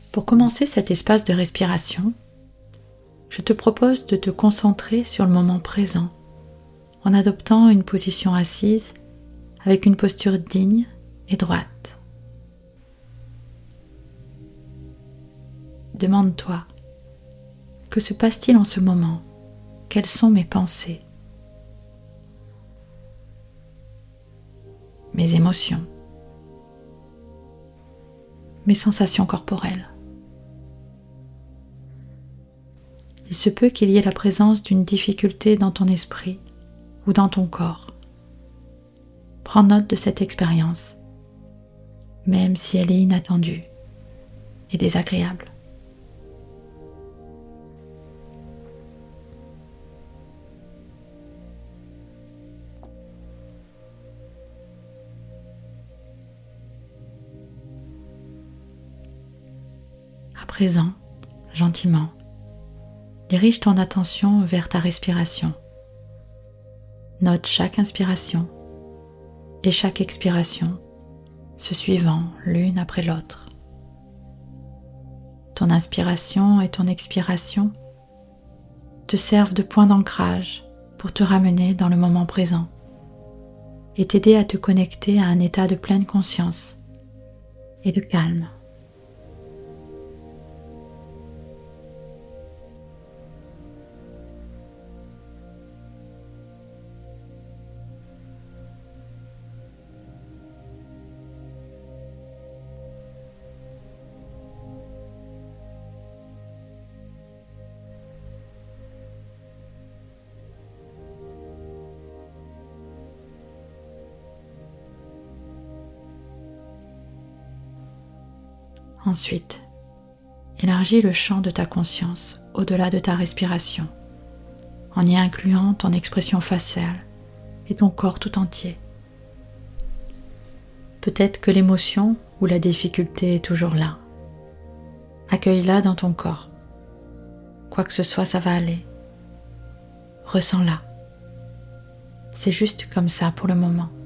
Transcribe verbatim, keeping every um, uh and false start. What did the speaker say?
Pour commencer cet espace de respiration, je te propose de te concentrer sur le moment présent en adoptant une position assise avec une posture digne et droite. Demande-toi, que se passe-t-il en ce moment? Quelles sont mes pensées? Mes émotions? Mes sensations corporelles? Il se peut qu'il y ait la présence d'une difficulté dans ton esprit ou dans ton corps. Prends note de cette expérience, même si elle est inattendue et désagréable. À présent, gentiment, dirige ton attention vers ta respiration. Note chaque inspiration et chaque expiration se suivant l'une après l'autre. Ton inspiration et ton expiration te servent de point d'ancrage pour te ramener dans le moment présent et t'aider à te connecter à un état de pleine conscience et de calme. Ensuite, élargis le champ de ta conscience au-delà de ta respiration, en y incluant ton expression faciale et ton corps tout entier. Peut-être que l'émotion ou la difficulté est toujours là. Accueille-la dans ton corps. Quoi que ce soit, ça va aller. Ressens-la. C'est juste comme ça pour le moment.